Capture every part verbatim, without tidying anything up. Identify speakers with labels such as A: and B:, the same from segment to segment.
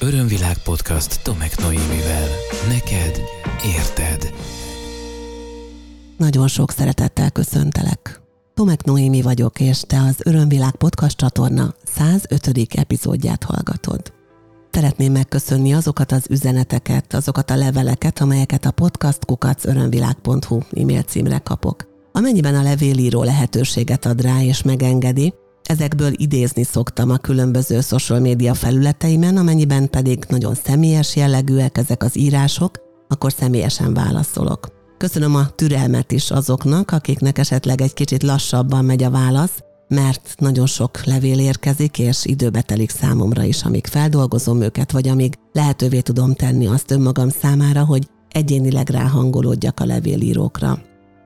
A: Örömvilág podcast Tomek Noémivel. Neked érted.
B: Nagyon sok szeretettel köszöntelek. Tomek Noémi vagyok, és te az Örömvilág podcast csatorna százötödik epizódját hallgatod. Szeretném megköszönni azokat az üzeneteket, azokat a leveleket, amelyeket a podcast kukac örömvilág pont hu e-mail címre kapok. Amennyiben a levélíró lehetőséget ad rá és megengedi, ezekből idézni szoktam a különböző social média felületeimen, amennyiben pedig nagyon személyes jellegűek ezek az írások, akkor személyesen válaszolok. Köszönöm a türelmet is azoknak, akiknek esetleg egy kicsit lassabban megy a válasz, mert nagyon sok levél érkezik, és időbe telik számomra is, amíg feldolgozom őket, vagy amíg lehetővé tudom tenni azt önmagam számára, hogy egyénileg ráhangolódjak a levélírókra.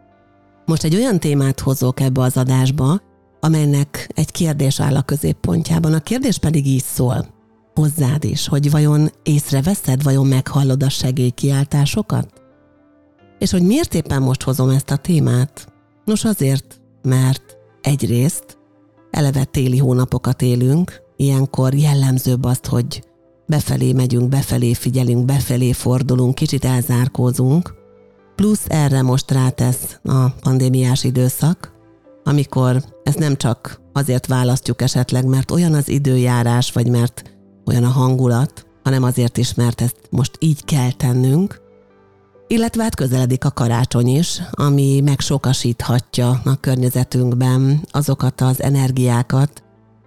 B: Most egy olyan témát hozok ebbe az adásba, amelynek egy kérdés áll a középpontjában. A kérdés pedig így szól, hozzád is, hogy vajon észreveszed, vajon meghallod a segélykiáltásokat? És hogy miért éppen most hozom ezt a témát? Nos azért, mert egyrészt eleve téli hónapokat élünk, ilyenkor jellemzőbb azt, hogy befelé megyünk, befelé figyelünk, befelé fordulunk, kicsit elzárkózunk, plusz erre most rátesz a pandémiás időszak, amikor ezt nem csak azért választjuk esetleg, mert olyan az időjárás, vagy mert olyan a hangulat, hanem azért is, mert ezt most így kell tennünk, illetve hát közeledik a karácsony is, ami megsokasíthatja a környezetünkben azokat az energiákat,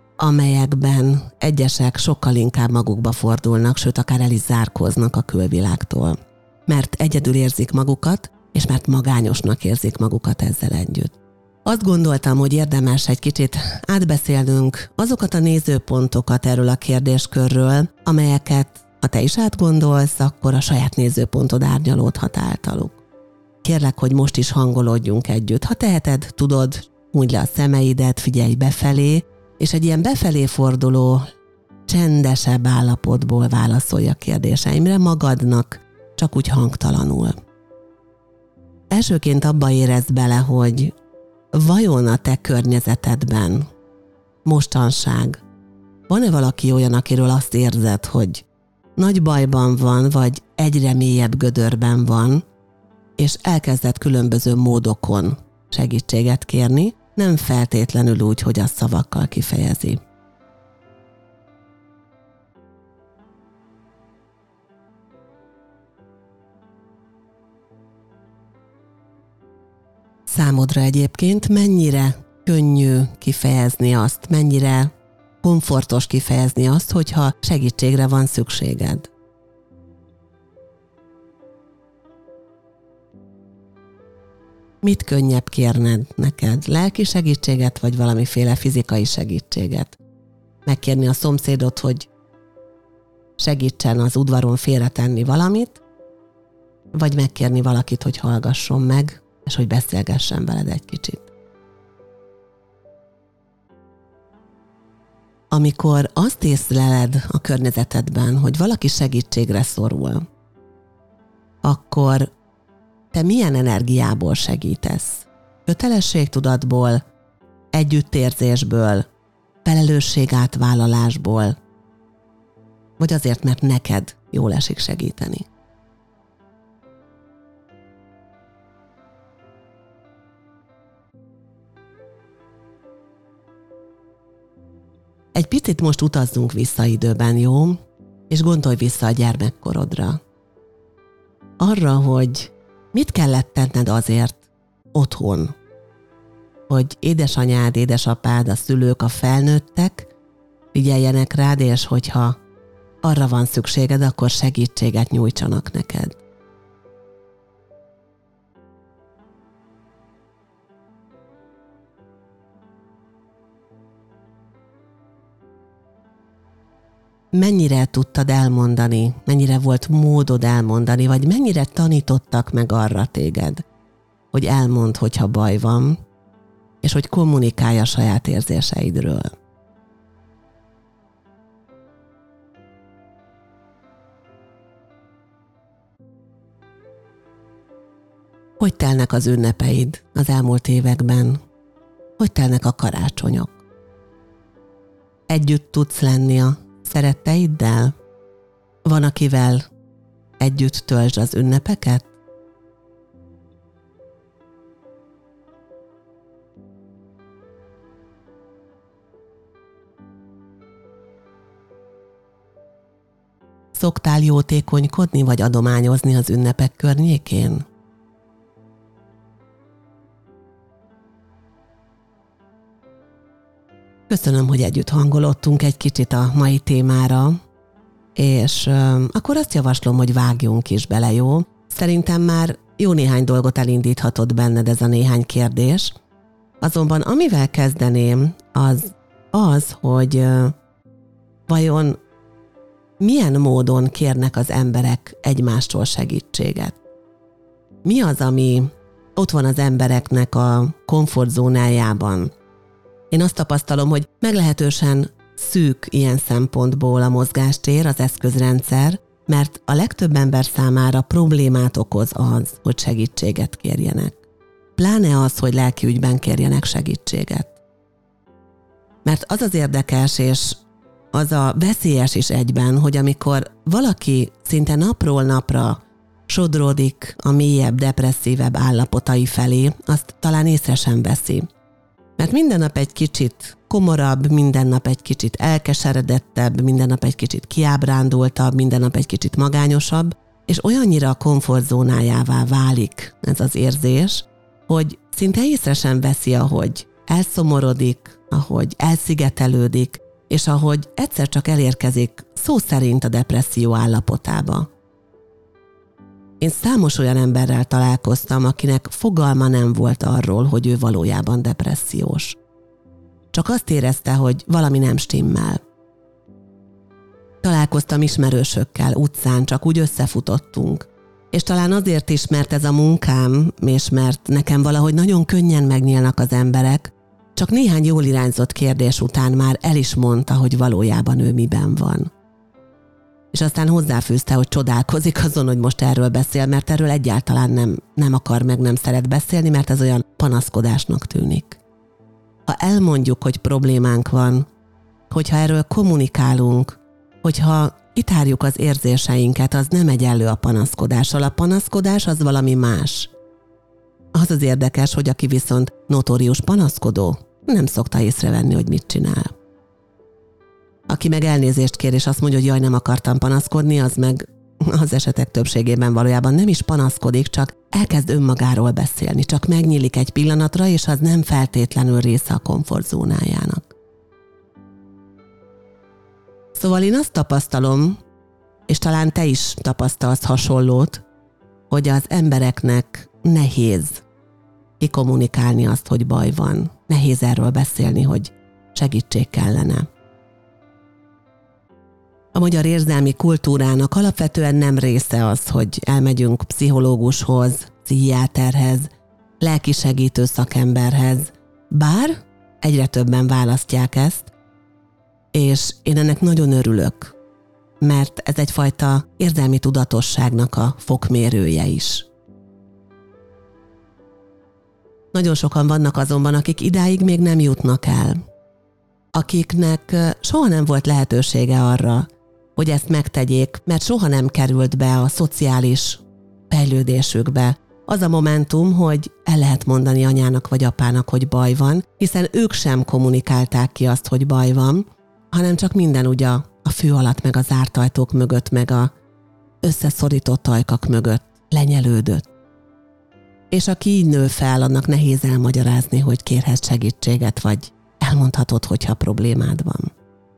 B: amelyekben egyesek sokkal inkább magukba fordulnak, sőt akár el is zárkóznak a külvilágtól. Mert egyedül érzik magukat, és mert magányosnak érzik magukat ezzel együtt. Azt gondoltam, hogy érdemes egy kicsit átbeszélnünk azokat a nézőpontokat erről a kérdéskörről, amelyeket, ha te is átgondolsz, akkor a saját nézőpontod árnyalódhat általuk. Kérlek, hogy most is hangolódjunk együtt. Ha teheted, tudod, húgyd le a szemeidet, figyelj befelé, és egy ilyen befelé forduló, csendesebb állapotból válaszolj a kérdéseimre magadnak, csak úgy hangtalanul. Elsőként abba érezd bele, hogy vajon a te környezetedben mostanság van-e valaki olyan, akiről azt érzed, hogy nagy bajban van, vagy egyre mélyebb gödörben van, és elkezdett különböző módokon segítséget kérni, nem feltétlenül úgy, hogy azt szavakkal kifejezi. Számodra egyébként mennyire könnyű kifejezni azt, mennyire komfortos kifejezni azt, hogyha segítségre van szükséged? Mit könnyebb kérned neked? Lelki segítséget, vagy valamiféle fizikai segítséget? Megkérni a szomszédot, hogy segítsen az udvaron félretenni valamit, vagy megkérni valakit, hogy hallgasson meg, és hogy beszélgessen veled egy kicsit. Amikor azt észleled a környezetedben, hogy valaki segítségre szorul, akkor te milyen energiából segítesz? Kötelességtudatból, együttérzésből, felelősségátvállalásból, vagy azért, mert neked jól esik segíteni? Egy picit most utazzunk vissza időben, jó? És gondolj vissza a gyermekkorodra. Arra, hogy mit kellett tenned azért otthon, hogy édesanyád, édesapád, a szülők, a felnőttek figyeljenek rád, és hogyha arra van szükséged, akkor segítséget nyújtsanak neked. Mennyire tudtad elmondani, mennyire volt módod elmondani, vagy mennyire tanítottak meg arra téged, hogy elmondd, hogyha baj van, és hogy kommunikálj a saját érzéseidről. Hogy telnek az ünnepeid az elmúlt években? Hogy telnek a karácsonyok? Együtt tudsz lenni a szeretteiddel? Van, akivel együtt töltsd az ünnepeket? Szoktál jótékonykodni vagy adományozni az ünnepek környékén? Köszönöm, hogy együtt hangolódtunk egy kicsit a mai témára, és euh, akkor azt javaslom, hogy vágjunk is bele, jó? Szerintem már jó néhány dolgot elindíthatott benned ez a néhány kérdés. Azonban amivel kezdeném, az az, hogy euh, vajon milyen módon kérnek az emberek egymástól segítséget? Mi az, ami ott van az embereknek a komfortzónájában? Én azt tapasztalom, hogy meglehetősen szűk ilyen szempontból a mozgástér, az eszközrendszer, mert a legtöbb ember számára problémát okoz az, hogy segítséget kérjenek. Pláne az, hogy lelkiügyben kérjenek segítséget. Mert az az érdekes, és az a veszélyes is egyben, hogy amikor valaki szinte napról napra sodródik a mélyebb, depresszívebb állapotai felé, azt talán észre sem veszi. Mert minden nap egy kicsit komorabb, minden nap egy kicsit elkeseredettebb, minden nap egy kicsit kiábrándultabb, minden nap egy kicsit magányosabb, és olyannyira a komfortzónájává válik ez az érzés, hogy szinte észre sem veszi, ahogy elszomorodik, ahogy elszigetelődik, és ahogy egyszer csak elérkezik szó szerint a depresszió állapotába. Én számos olyan emberrel találkoztam, akinek fogalma nem volt arról, hogy ő valójában depressziós. Csak azt érezte, hogy valami nem stimmel. Találkoztam ismerősökkel utcán, csak úgy összefutottunk. És talán azért is, mert ez a munkám, és mert nekem valahogy nagyon könnyen megnyílnak az emberek, csak néhány jól irányzott kérdés után már el is mondta, hogy valójában ő miben van. És aztán hozzáfűzte, hogy csodálkozik azon, hogy most erről beszél, mert erről egyáltalán nem, nem akar meg nem szeret beszélni, mert ez olyan panaszkodásnak tűnik. Ha elmondjuk, hogy problémánk van, hogyha erről kommunikálunk, hogyha kitárjuk az érzéseinket, az nem egyenlő a panaszkodással. A panaszkodás az valami más. Az az érdekes, hogy aki viszont notórius panaszkodó, nem szokta észrevenni, hogy mit csinál. Aki meg elnézést kér, és azt mondja, hogy jaj, nem akartam panaszkodni, az meg az esetek többségében valójában nem is panaszkodik, csak elkezd önmagáról beszélni, csak megnyílik egy pillanatra, és az nem feltétlenül része a komfortzónájának. Szóval én azt tapasztalom, és talán te is tapasztalsz hasonlót, hogy az embereknek nehéz kikommunikálni azt, hogy baj van. Nehéz erről beszélni, hogy segítség kellene. A magyar érzelmi kultúrának alapvetően nem része az, hogy elmegyünk pszichológushoz, pszichiáterhez, lelkisegítő szakemberhez, bár egyre többen választják ezt, és én ennek nagyon örülök, mert ez egyfajta érzelmi tudatosságnak a fokmérője is. Nagyon sokan vannak azonban, akik idáig még nem jutnak el, akiknek soha nem volt lehetősége arra, hogy ezt megtegyék, mert soha nem került be a szociális fejlődésükbe az a momentum, hogy el lehet mondani anyának vagy apának, hogy baj van, hiszen ők sem kommunikálták ki azt, hogy baj van, hanem csak minden ugye a fű alatt, meg a zárt ajtók mögött, meg a összeszorított ajkak mögött lenyelődött. És aki így nő fel, annak nehéz elmagyarázni, hogy kérhetsz segítséget, vagy elmondhatod, hogyha problémád van.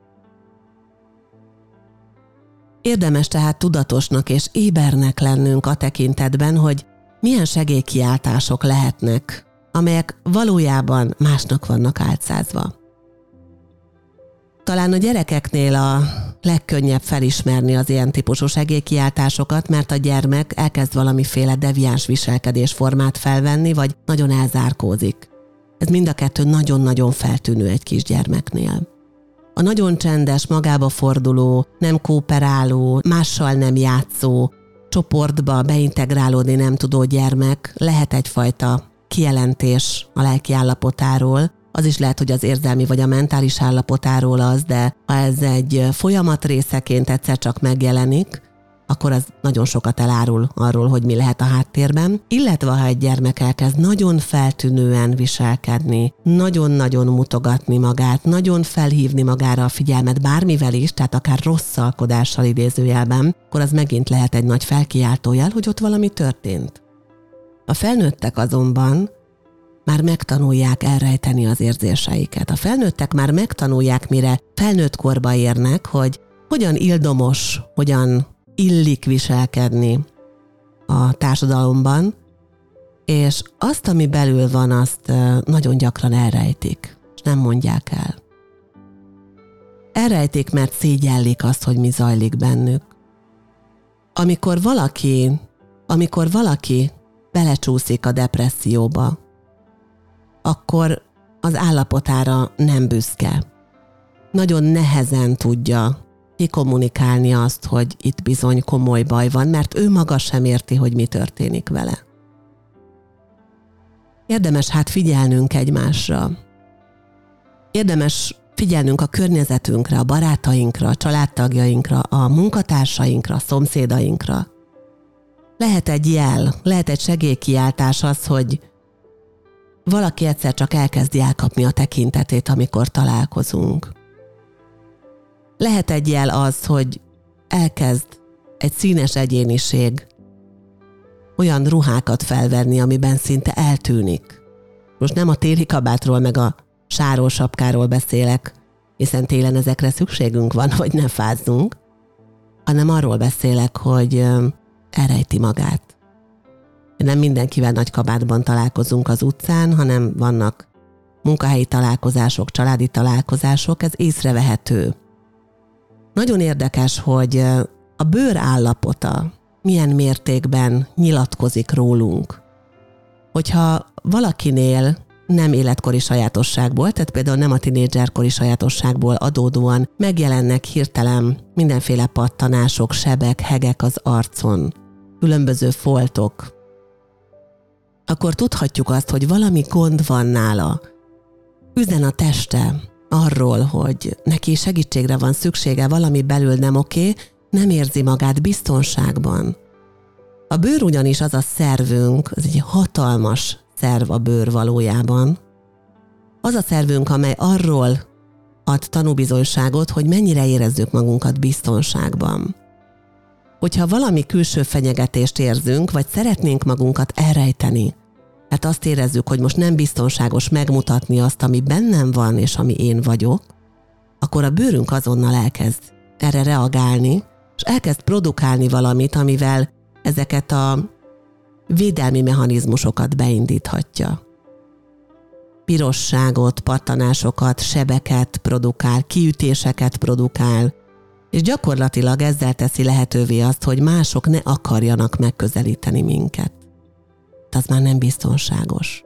B: Érdemes tehát tudatosnak és ébernek lennünk a tekintetben, hogy milyen segélykiáltások lehetnek, amelyek valójában másnak vannak álcázva. Talán a gyerekeknél a legkönnyebb felismerni az ilyen típusú segélykiáltásokat, mert a gyermek elkezd valamiféle deviáns viselkedésformát felvenni, vagy nagyon elzárkózik. Ez mind a kettő nagyon-nagyon feltűnő egy kisgyermeknél. A nagyon csendes, magába forduló, nem kooperáló, mással nem játszó, csoportba beintegrálódni nem tudó gyermek lehet egyfajta kijelentés a lelki állapotáról, az is lehet, hogy az érzelmi vagy a mentális állapotáról az, de ha ez egy folyamat részeként egyszer csak megjelenik, akkor az nagyon sokat elárul arról, hogy mi lehet a háttérben. Illetve ha egy gyermek elkezd nagyon feltűnően viselkedni, nagyon-nagyon mutogatni magát, nagyon felhívni magára a figyelmet bármivel is, tehát akár rosszalkodással idézőjelben, akkor az megint lehet egy nagy felkiáltójel, hogy ott valami történt. A felnőttek azonban már megtanulják elrejteni az érzéseiket. A felnőttek már megtanulják, mire felnőtt korba érnek, hogy hogyan ildomos, hogyan illik viselkedni a társadalomban, és azt, ami belül van, azt nagyon gyakran elrejtik, és nem mondják el. Elrejtik, mert szégyellik azt, hogy mi zajlik bennük. Amikor valaki, amikor valaki belecsúszik a depresszióba, akkor az állapotára nem büszke. Nagyon nehezen tudja kikommunikálni azt, hogy itt bizony komoly baj van, mert ő maga sem érti, hogy mi történik vele. Érdemes hát figyelnünk egymásra. Érdemes figyelnünk a környezetünkre, a barátainkra, a családtagjainkra, a munkatársainkra, a szomszédainkra. Lehet egy jel, lehet egy segélykiáltás az, hogy valaki egyszer csak elkezdi elkapni a tekintetét, amikor találkozunk. Lehet egy jel az, hogy elkezd egy színes egyéniség olyan ruhákat felvenni, amiben szinte eltűnik. Most nem a téli kabátról meg a sáros sapkáról beszélek, hiszen télen ezekre szükségünk van, hogy ne fázzunk, hanem arról beszélek, hogy elrejti magát. Nem mindenkivel nagy kabátban találkozunk az utcán, hanem vannak munkahelyi találkozások, családi találkozások, ez észrevehető. Nagyon érdekes, hogy a bőr állapota milyen mértékben nyilatkozik rólunk. Hogyha valakinél nem életkori sajátosságból, tehát például nem a tinédzserkori sajátosságból adódóan megjelennek hirtelen mindenféle pattanások, sebek, hegek az arcon, különböző foltok, akkor tudhatjuk azt, hogy valami gond van nála. Üzen a teste arról, hogy neki segítségre van szüksége, valami belül nem oké, nem érzi magát biztonságban. A bőr ugyanis az a szervünk, az egy hatalmas szerv a bőr valójában. Az a szervünk, amely arról ad tanúbizonyságot, hogy mennyire érezzük magunkat biztonságban. Hogyha valami külső fenyegetést érzünk, vagy szeretnénk magunkat elrejteni, hát azt érezzük, hogy most nem biztonságos megmutatni azt, ami bennem van, és ami én vagyok, akkor a bőrünk azonnal elkezd erre reagálni, és elkezd produkálni valamit, amivel ezeket a védelmi mechanizmusokat beindíthatja. Pirosságot, pattanásokat, sebeket produkál, kiütéseket produkál, és gyakorlatilag ezzel teszi lehetővé azt, hogy mások ne akarjanak megközelíteni minket. Az már nem biztonságos.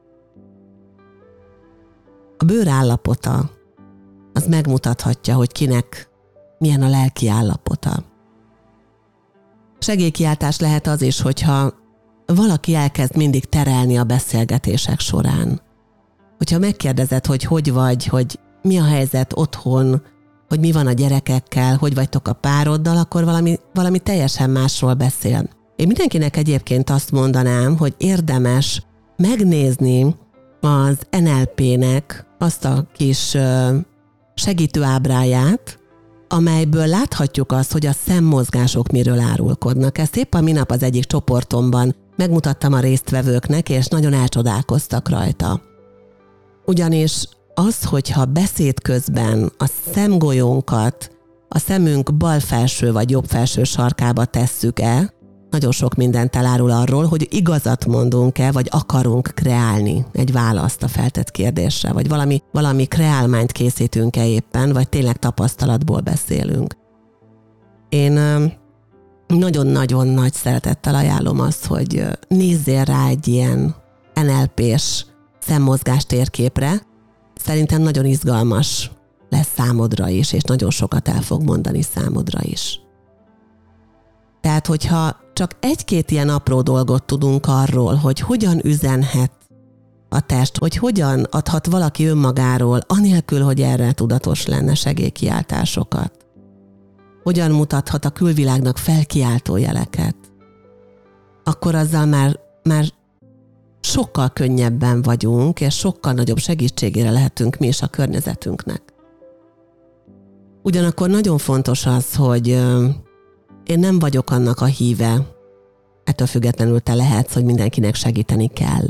B: A bőr állapota az megmutathatja, hogy kinek milyen a lelki állapota. Segélykiáltás lehet az is, hogyha valaki elkezd mindig terelni a beszélgetések során. Hogyha megkérdezed, hogy hogy vagy, hogy mi a helyzet otthon, hogy mi van a gyerekekkel, hogy vagytok a pároddal, akkor valami, valami teljesen másról beszél. Én mindenkinek egyébként azt mondanám, hogy érdemes megnézni az en el pének azt a kis segítőábráját, amelyből láthatjuk azt, hogy a szemmozgások miről árulkodnak. Ezt épp a minap az egyik csoportomban megmutattam a résztvevőknek, és nagyon elcsodálkoztak rajta. Ugyanis az, hogyha beszéd közben a szemgolyónkat a szemünk bal felső vagy jobb felső sarkába tesszük-e, nagyon sok mindent elárul arról, hogy igazat mondunk-e, vagy akarunk kreálni egy választ a feltett kérdésre, vagy valami, valami kreálmányt készítünk-e éppen, vagy tényleg tapasztalatból beszélünk. Én nagyon-nagyon nagy szeretettel ajánlom azt, hogy nézzél rá egy ilyen en el pés szemmozgás térképre. Szerintem nagyon izgalmas lesz számodra is, és nagyon sokat el fog mondani számodra is. Tehát, hogyha csak egy-két ilyen apró dolgot tudunk arról, hogy hogyan üzenhet a test, hogy hogyan adhat valaki önmagáról, anélkül, hogy erre tudatos lenne, segélykiáltásokat. Hogyan mutathat a külvilágnak felkiáltó jeleket. Akkor azzal már, már sokkal könnyebben vagyunk, és sokkal nagyobb segítségére lehetünk mi is a környezetünknek. Ugyanakkor nagyon fontos az, hogy én nem vagyok annak a híve, ettől függetlenül te lehetsz, hogy mindenkinek segíteni kell.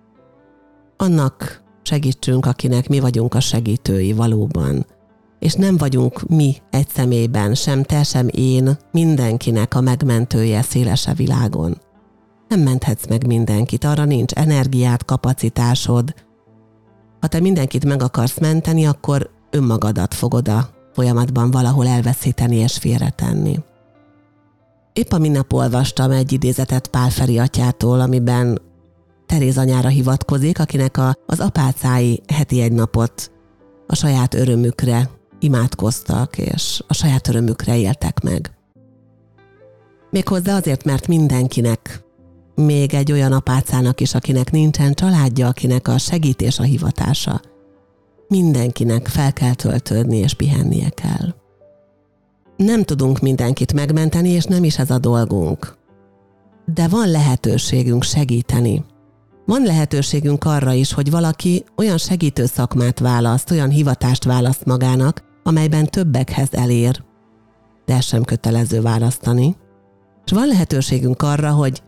B: Annak segítsünk, akinek mi vagyunk a segítői valóban. És nem vagyunk mi egy személyben, sem te, sem én, mindenkinek a megmentője széles a világon. Nem menthetsz meg mindenkit, arra nincs energiád, kapacitásod. Ha te mindenkit meg akarsz menteni, akkor önmagadat fogod a folyamatban valahol elveszíteni és félretenni. Épp a minap olvastam egy idézetet Pál Feri atyától, amiben Teréz anyára hivatkozik, akinek a, az apácái heti egy napot a saját örömükre imádkoztak, és a saját örömükre éltek meg. Méghozzá azért, mert mindenkinek, még egy olyan apácának is, akinek nincsen családja, akinek a segítés a hivatása, mindenkinek fel kell töltődni és pihennie kell. Nem tudunk mindenkit megmenteni, és nem is ez a dolgunk. De van lehetőségünk segíteni. Van lehetőségünk arra is, hogy valaki olyan segítő szakmát választ, olyan hivatást választ magának, amelyben többekhez elér, de ez sem kötelező választani. És van lehetőségünk arra, hogy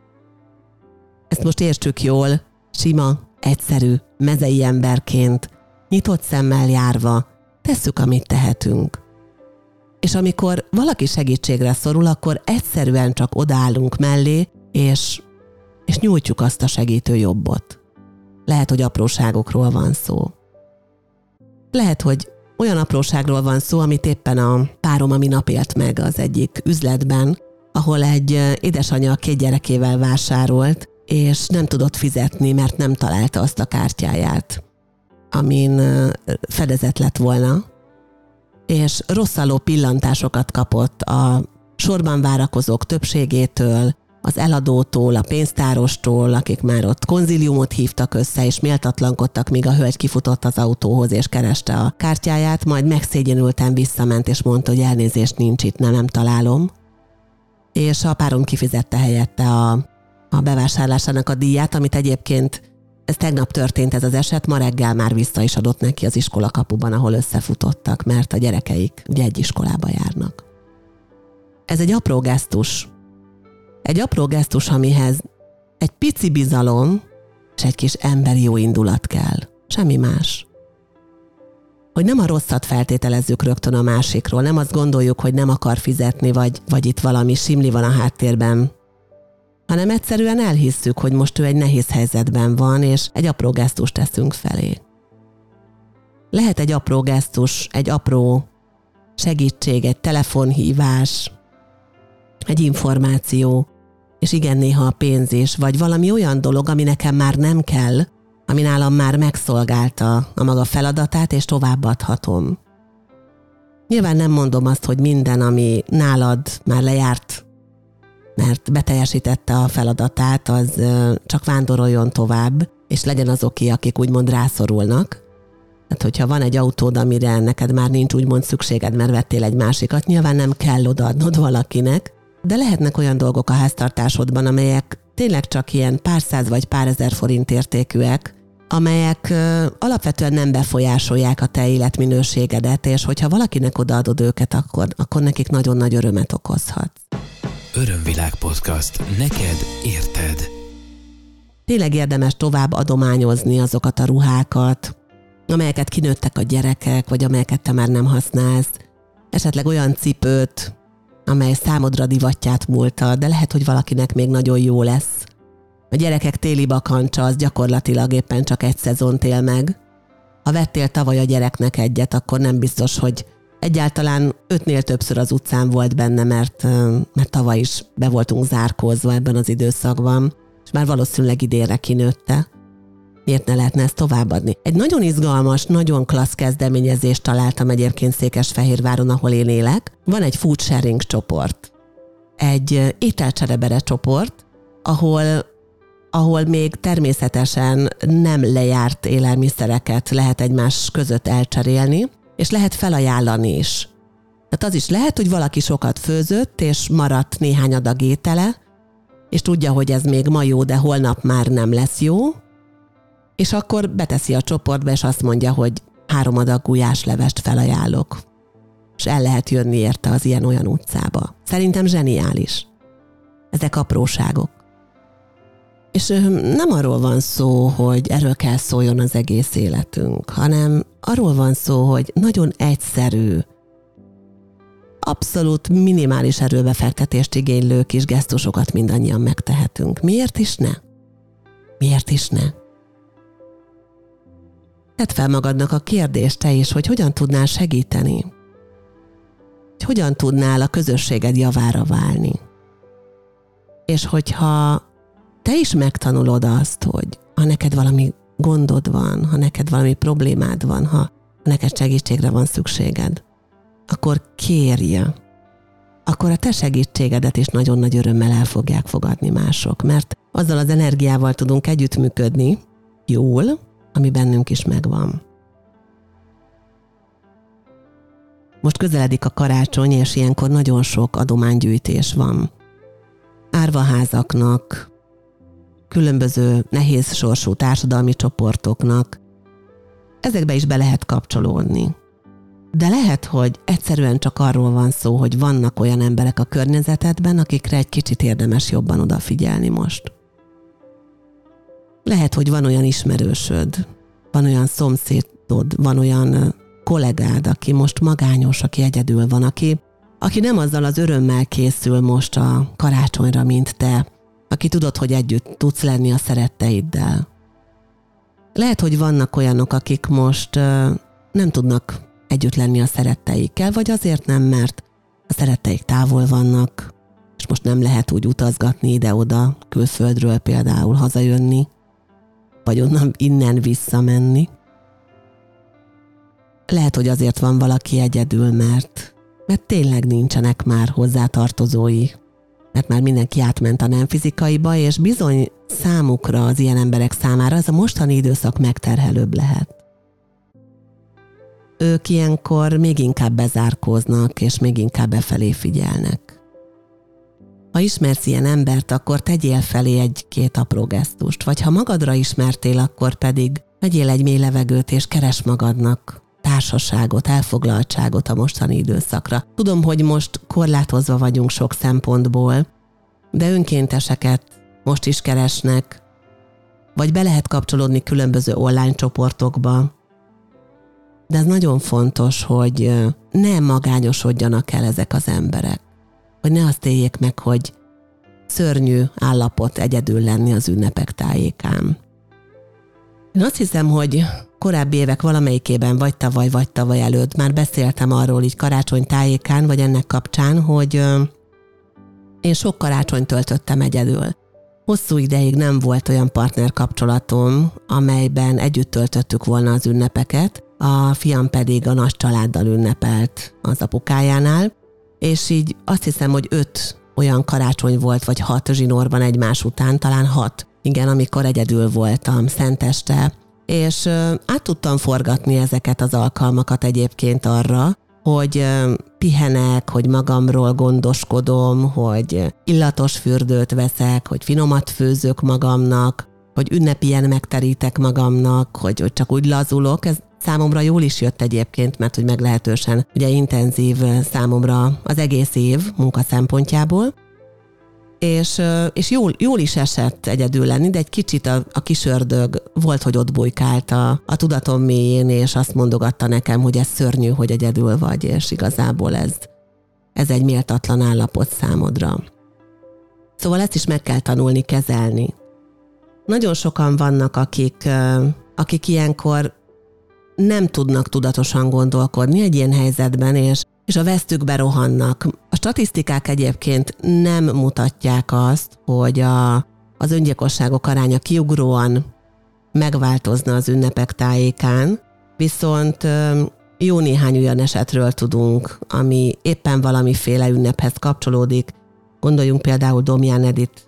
B: ezt most értsük jól, sima, egyszerű, mezei emberként, nyitott szemmel járva, tesszük, amit tehetünk. És amikor valaki segítségre szorul, akkor egyszerűen csak odaállunk mellé, és, és nyújtjuk azt a segítő jobbot. Lehet, hogy apróságokról van szó. Lehet, hogy olyan apróságról van szó, amit éppen a párom a minap élt meg az egyik üzletben, ahol egy édesanyja két gyerekével vásárolt, és nem tudott fizetni, mert nem találta azt a kártyáját, amin fedezet lett volna, és rosszalló pillantásokat kapott a sorban várakozók többségétől, az eladótól, a pénztárostól, akik már ott konziliumot hívtak össze, és méltatlankodtak, míg a hölgy kifutott az autóhoz, és kereste a kártyáját, majd megszégyenülten visszament, és mondta, hogy elnézést, nincs itt, nem, nem találom. És a párom kifizette helyette a, a bevásárlásának a díját, amit egyébként, ez tegnap történt ez az eset, ma reggel már vissza is adott neki az iskolakapuban, ahol összefutottak, mert a gyerekeik ugye egy iskolába járnak. Ez egy apró gesztus. Egy apró gesztus, amihez egy pici bizalom és egy kis emberi jó indulat kell. Semmi más. Hogy nem a rosszat feltételezzük rögtön a másikról, nem azt gondoljuk, hogy nem akar fizetni, vagy, vagy itt valami simli van a háttérben, hanem egyszerűen elhisszük, hogy most ő egy nehéz helyzetben van, és egy apró gesztust teszünk felé. Lehet egy apró gesztus, egy apró segítség, egy telefonhívás, egy információ, és igen, néha a pénz is, vagy valami olyan dolog, ami nekem már nem kell, ami nálam már megszolgálta a maga feladatát, és továbbadhatom. Nyilván nem mondom azt, hogy minden, ami nálad már lejárt, mert beteljesítette a feladatát, az csak vándoroljon tovább, és legyen azoké, akik úgymond rászorulnak. Tehát, hogyha van egy autód, amire neked már nincs úgymond szükséged, mert vettél egy másikat, nyilván nem kell odaadnod valakinek, de lehetnek olyan dolgok a háztartásodban, amelyek tényleg csak ilyen pár száz vagy pár ezer forint értékűek, amelyek ö, alapvetően nem befolyásolják a te életminőségedet, és hogyha valakinek odaadod őket, akkor, akkor nekik nagyon nagy örömet okozhatsz.
A: Örömvilág podcast. Neked érted.
B: Tényleg érdemes tovább adományozni azokat a ruhákat, amelyeket kinőttek a gyerekek, vagy amelyeket te már nem használsz. Esetleg olyan cipőt, amely számodra divatját múlta, de lehet, hogy valakinek még nagyon jó lesz. A gyerekek téli bakancsa az gyakorlatilag éppen csak egy szezont él meg. Ha vettél tavaly a gyereknek egyet, akkor nem biztos, hogy egyáltalán ötnél többször az utcán volt benne, mert, mert tavaly is be voltunk zárkózva ebben az időszakban, és már valószínűleg idénre kinőtte. Miért ne lehetne ezt továbbadni? Egy nagyon izgalmas, nagyon klassz kezdeményezést találtam egyébként Székesfehérváron, ahol én élek. Van egy food sharing csoport. Egy ételcserebere csoport, ahol ahol még természetesen nem lejárt élelmiszereket lehet egymás között elcserélni, és lehet felajánlani is. Tehát az is lehet, hogy valaki sokat főzött, és maradt néhány adag étele, és tudja, hogy ez még ma jó, de holnap már nem lesz jó, és akkor beteszi a csoportba, és azt mondja, hogy három adag gulyáslevest felajánlok. És el lehet jönni érte az ilyen-olyan utcába. Szerintem zseniális. Ezek apróságok. És nem arról van szó, hogy erről kell szóljon az egész életünk, hanem arról van szó, hogy nagyon egyszerű, abszolút minimális erőbefektetést igénylő kis gesztusokat mindannyian megtehetünk. Miért is ne? Miért is ne? Tedd fel magadnak a kérdést te is, hogy hogyan tudnál segíteni. Hogy hogyan tudnál a közösséged javára válni. És hogyha te is megtanulod azt, hogy ha neked valami gondod van, ha neked valami problémád van, ha neked segítségre van szükséged, akkor kérj. Akkor a te segítségedet is nagyon nagy örömmel el fogják fogadni mások, mert azzal az energiával tudunk együttműködni jól, ami bennünk is megvan. Most közeledik a karácsony, és ilyenkor nagyon sok adománygyűjtés van. Árvaházaknak, különböző nehéz sorsú társadalmi csoportoknak. Ezekbe is be lehet kapcsolódni. De lehet, hogy egyszerűen csak arról van szó, hogy vannak olyan emberek a környezetedben, akikre egy kicsit érdemes jobban odafigyelni most. Lehet, hogy van olyan ismerősöd, van olyan szomszédod, van olyan kollégád, aki most magányos, aki egyedül van, aki, aki nem azzal az örömmel készül most a karácsonyra, mint te, aki tudod, hogy együtt tudsz lenni a szeretteiddel. Lehet, hogy vannak olyanok, akik most uh, nem tudnak együtt lenni a szeretteikkel, vagy azért nem, mert a szeretteik távol vannak, és most nem lehet úgy utazgatni ide-oda, külföldről például hazajönni, vagy onnan innen visszamenni. Lehet, hogy azért van valaki egyedül, mert, mert tényleg nincsenek már hozzátartozói, mert már mindenki átment a nem fizikaiba, és bizony számukra, az ilyen emberek számára ez a mostani időszak megterhelőbb lehet. Ők ilyenkor még inkább bezárkóznak, és még inkább befelé figyelnek. Ha ismersz ilyen embert, akkor tegyél felé egy-két apró gesztust, vagy ha magadra ismertél, akkor pedig vegyél egy mély levegőt, és keresd magadnak társaságot, elfoglaltságot a mostani időszakra. Tudom, hogy most korlátozva vagyunk sok szempontból, de önkénteseket most is keresnek, vagy be lehet kapcsolódni különböző online csoportokba. De ez nagyon fontos, hogy ne magányosodjanak el ezek az emberek. Hogy ne azt éljék meg, hogy szörnyű állapot egyedül lenni az ünnepek tájékán. Én azt hiszem, hogy korábbi évek valamelyikében, vagy tavaly, vagy tavaly előtt már beszéltem arról így karácsony tájékán, vagy ennek kapcsán, hogy én sok karácsonyt töltöttem egyedül. Hosszú ideig nem volt olyan partnerkapcsolatom, amelyben együtt töltöttük volna az ünnepeket, a fiam pedig a nagy családdal ünnepelt az apukájánál, és így azt hiszem, hogy öt olyan karácsony volt, vagy hat zsinórban egymás után, talán hat, igen, amikor egyedül voltam szenteste, és át tudtam forgatni ezeket az alkalmakat egyébként arra, hogy pihenek, hogy magamról gondoskodom, hogy illatos fürdőt veszek, hogy finomat főzök magamnak, hogy ünnepien megterítek magamnak, hogy, hogy csak úgy lazulok. Ez számomra jól is jött egyébként, mert hogy meglehetősen ugye intenzív számomra az egész év munka szempontjából. És, és jól, jól is esett egyedül lenni, de egy kicsit a, a kis ördög volt, hogy ott bujkált a, a tudatom mélyén, és azt mondogatta nekem, hogy ez szörnyű, hogy egyedül vagy, és igazából ez, ez egy méltatlan állapot számodra. Szóval ezt is meg kell tanulni kezelni. Nagyon sokan vannak, akik, akik ilyenkor nem tudnak tudatosan gondolkodni egy ilyen helyzetben, és és a vesztükbe rohannak. A statisztikák egyébként nem mutatják azt, hogy a, az öngyilkosságok aránya kiugróan megváltozna az ünnepek tájékán, viszont jó néhány olyan esetről tudunk, ami éppen valamiféle ünnephez kapcsolódik. Gondoljunk például Domján Edith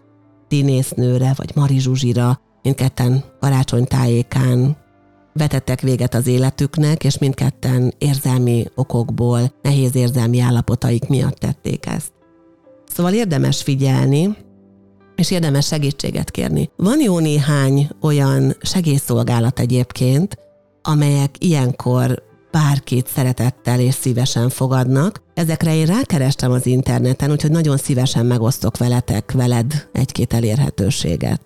B: színésznőre, vagy Mari Zsuzsira, mindketten karácsony tájékán vetettek véget az életüknek, és mindketten érzelmi okokból, nehéz érzelmi állapotaik miatt tették ezt. Szóval érdemes figyelni, és érdemes segítséget kérni. Van jó néhány olyan segélyszolgálat egyébként, amelyek ilyenkor bárkit szeretettel és szívesen fogadnak. Ezekre én rákerestem az interneten, úgyhogy nagyon szívesen megosztok veletek, veled egy-két elérhetőséget.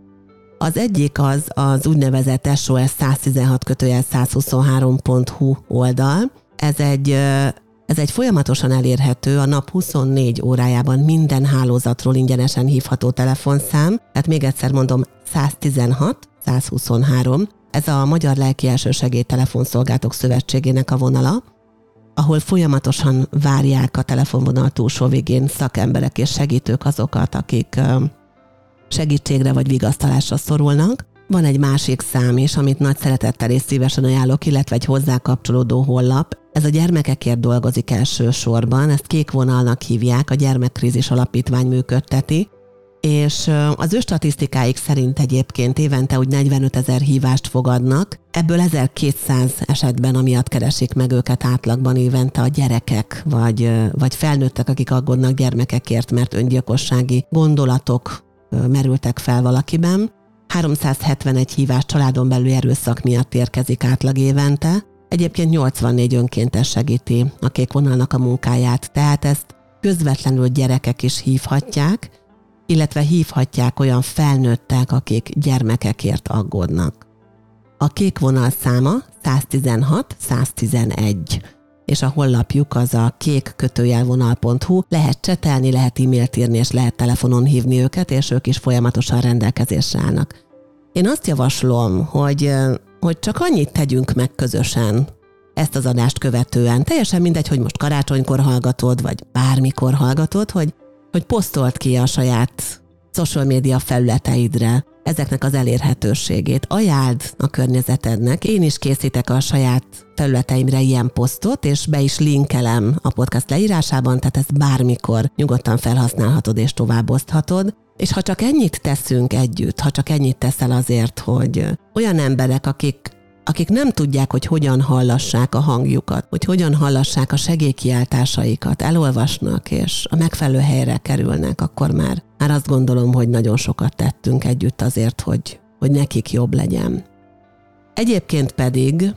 B: Az egyik az az úgynevezett es o es száztizenhat százhuszonhárom pont hu oldal. Ez egy, ez egy folyamatosan elérhető, a nap huszonnégy órájában minden hálózatról ingyenesen hívható telefonszám. Tehát még egyszer mondom, száztizenhat százhuszonhárom. Ez a Magyar Lelki Elsősegély Telefonszolgálatok Szövetségének a vonala, ahol folyamatosan várják a telefonvonal túlsó végén szakemberek és segítők azokat, akik segítségre vagy vigasztalásra szorulnak. Van egy másik szám is, amit nagy szeretettel és szívesen ajánlok, illetve egy hozzá kapcsolódó honlap. Ez a gyermekekért dolgozik elsősorban, ezt Kék Vonalnak hívják, a Gyermekkrízis Alapítvány működteti, és az ő statisztikáik szerint egyébként évente úgy negyvenötezer hívást fogadnak, ebből ezerkétszáz esetben amiatt keresik meg őket átlagban évente a gyerekek, vagy, vagy felnőttek, akik aggódnak gyermekekért, mert öngyilkossági gondolatok merültek fel valakiben. háromszázhetvenegy hívás családon belüli erőszak miatt érkezik átlag évente. Egyébként nyolcvannégy önkéntes segíti a Kék Vonalnak a munkáját, tehát ezt közvetlenül gyerekek is hívhatják, illetve hívhatják olyan felnőttek, akik gyermekekért aggódnak. A Kék Vonal száma száztizenhat száztizenegy, és a honlapjuk az a kék vonal pont hu. Lehet csetelni, lehet e-mailt írni, és lehet telefonon hívni őket, és ők is folyamatosan rendelkezésre állnak. Én azt javaslom, hogy, hogy csak annyit tegyünk meg közösen ezt az adást követően. Teljesen mindegy, hogy most karácsonykor hallgatod, vagy bármikor hallgatod, hogy hogy posztold ki a saját social média felületeidre ezeknek az elérhetőségét. Ajánld a környezetednek. Én is készítek a saját felületeimre ilyen posztot, és be is linkelem a podcast leírásában, tehát ezt bármikor nyugodtan felhasználhatod és továbboszthatod. És ha csak ennyit teszünk együtt, ha csak ennyit teszel azért, hogy olyan emberek, akik akik nem tudják, hogy hogyan hallassák a hangjukat, hogy hogyan hallassák a segélykiáltásaikat, elolvasnak és a megfelelő helyre kerülnek, akkor már, már azt gondolom, hogy nagyon sokat tettünk együtt azért, hogy, hogy nekik jobb legyen. Egyébként pedig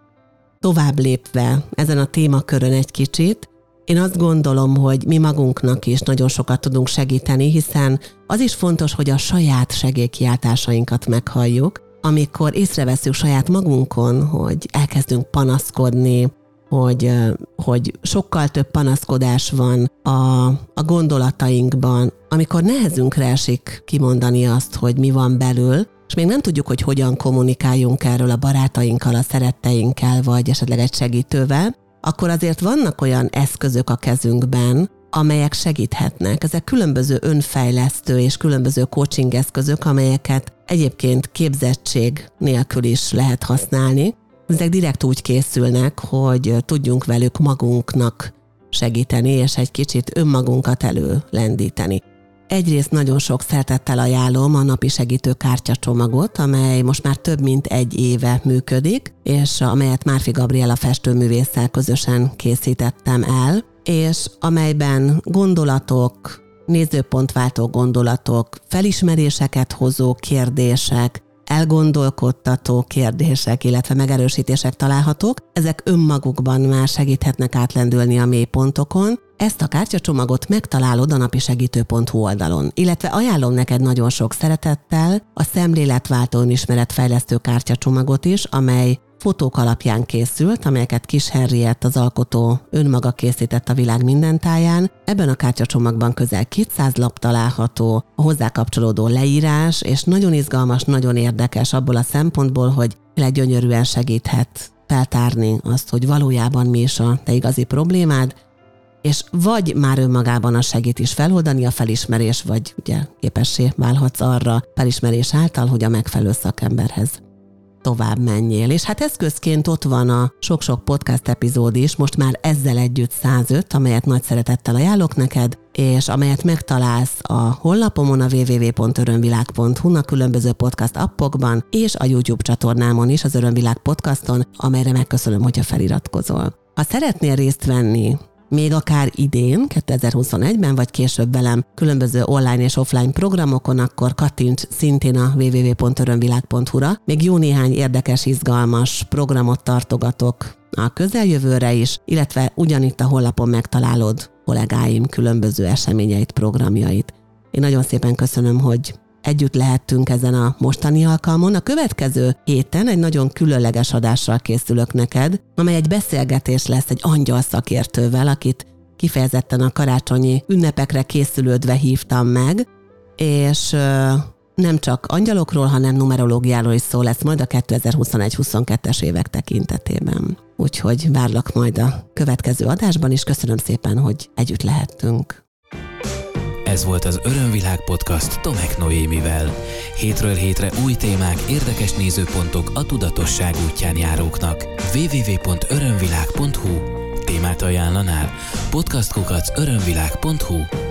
B: tovább lépve ezen a témakörön egy kicsit, én azt gondolom, hogy mi magunknak is nagyon sokat tudunk segíteni, hiszen az is fontos, hogy a saját segélykiáltásainkat meghalljuk, amikor észreveszünk saját magunkon, hogy elkezdünk panaszkodni, hogy, hogy sokkal több panaszkodás van a, a gondolatainkban, amikor nehezünkre esik kimondani azt, hogy mi van belül, és még nem tudjuk, hogy hogyan kommunikáljunk erről a barátainkkal, a szeretteinkkel, vagy esetleg egy segítővel, akkor azért vannak olyan eszközök a kezünkben, amelyek segíthetnek. Ezek különböző önfejlesztő és különböző coaching eszközök, amelyeket egyébként képzettség nélkül is lehet használni. Ezek direkt úgy készülnek, hogy tudjunk velük magunknak segíteni, és egy kicsit önmagunkat előlendíteni. Egyrészt nagyon sok szeretettel ajánlom a napi segítő kártyacsomagot, amely most már több mint egy éve működik, és amelyet Márfi Gabriella festőművésszel közösen készítettem el, és amelyben gondolatok, nézőpontváltó gondolatok, felismeréseket hozó kérdések, elgondolkodtató kérdések, illetve megerősítések találhatók. Ezek önmagukban már segíthetnek átlendülni a mélypontokon. Ezt a kártyacsomagot megtalálod a napisegítő pont hu oldalon, illetve ajánlom neked nagyon sok szeretettel a szemléletváltó önismeretfejlesztő kártyacsomagot is, amely fotók alapján készült, amelyeket Kis Henriett, az alkotó önmaga készített a világ minden táján. Ebben a kártyacsomagban közel kétszáz lap található, a hozzá kapcsolódó leírás, és nagyon izgalmas, nagyon érdekes abból a szempontból, hogy gyönyörűen segíthet feltárni azt, hogy valójában mi is a te igazi problémád, és vagy már önmagában a segít is feloldani a felismerés, vagy ugye képessé válhatsz arra felismerés által, hogy a megfelelő szakemberhez tovább menjél. És hát eszközként ott van a sok-sok podcast epizód is, most már ezzel együtt száz öt, amelyet nagy szeretettel ajánlok neked, és amelyet megtalálsz a honlapomon, a double-u double-u double-u pont örömvilág pont hu, a különböző podcast appokban, és a YouTube csatornámon is, az Örömvilág podcaston, amelyre megköszönöm, hogyha feliratkozol. Ha szeretnél részt venni, még akár idén, kétezer-huszonegyben, vagy később velem különböző online és offline programokon, akkor kattints szintén a double-u double-u double-u pont örömvilág pont hu-ra. Még jó néhány érdekes, izgalmas programot tartogatok a közeljövőre is, illetve ugyanitt a honlapon megtalálod kollégáim különböző eseményeit, programjait. Én nagyon szépen köszönöm, hogy együtt lehettünk ezen a mostani alkalmon. A következő héten egy nagyon különleges adással készülök neked, amely egy beszélgetés lesz egy angyal szakértővel, akit kifejezetten a karácsonyi ünnepekre készülődve hívtam meg, és nem csak angyalokról, hanem numerológiáról is szó lesz majd a kétezer-huszonegy-huszonkettes évek tekintetében. Úgyhogy várlak majd a következő adásban, és köszönöm szépen, hogy együtt lehettünk.
A: Ez volt az Örömvilág Podcast Tomek Noémivel. Hétről hétre új témák, érdekes nézőpontok a tudatosság útján járóknak. double-u double-u double-u pont örömvilág pont hu Témát ajánlanál? podcast kukac örömvilág pont hu